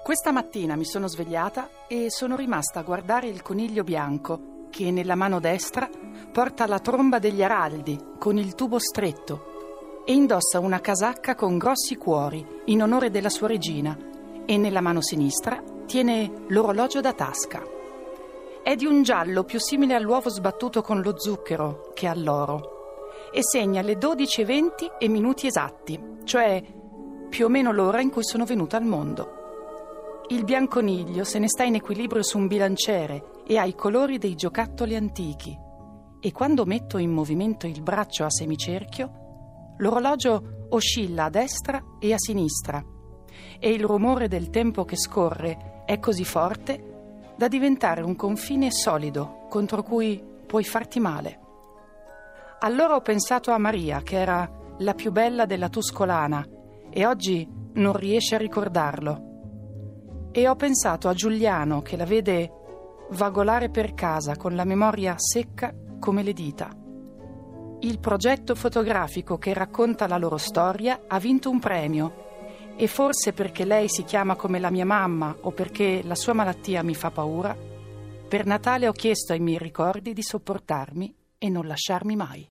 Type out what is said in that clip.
Questa mattina mi sono svegliata e sono rimasta a guardare il coniglio bianco che nella mano destra porta la tromba degli araldi con il tubo stretto e indossa una casacca con grossi cuori in onore della sua regina e nella mano sinistra tiene l'orologio da tasca. È di un giallo più simile all'uovo sbattuto con lo zucchero che all'oro e segna le 12:20 e minuti esatti, cioè più o meno l'ora in cui sono venuta al mondo. Il bianconiglio se ne sta in equilibrio su un bilanciere e ha i colori dei giocattoli antichi. E quando metto in movimento il braccio a semicerchio, l'orologio oscilla a destra e a sinistra e il rumore del tempo che scorre è così forte da diventare un confine solido contro cui puoi farti male. Allora ho pensato a Maria, che era la più bella della Tuscolana e oggi non riesce a ricordarlo. E ho pensato a Giuliano, che la vede vagolare per casa con la memoria secca come le dita. Il progetto fotografico che racconta la loro storia ha vinto un premio e forse perché lei si chiama come la mia mamma o perché la sua malattia mi fa paura, per Natale ho chiesto ai miei ricordi di sopportarmi e non lasciarmi mai.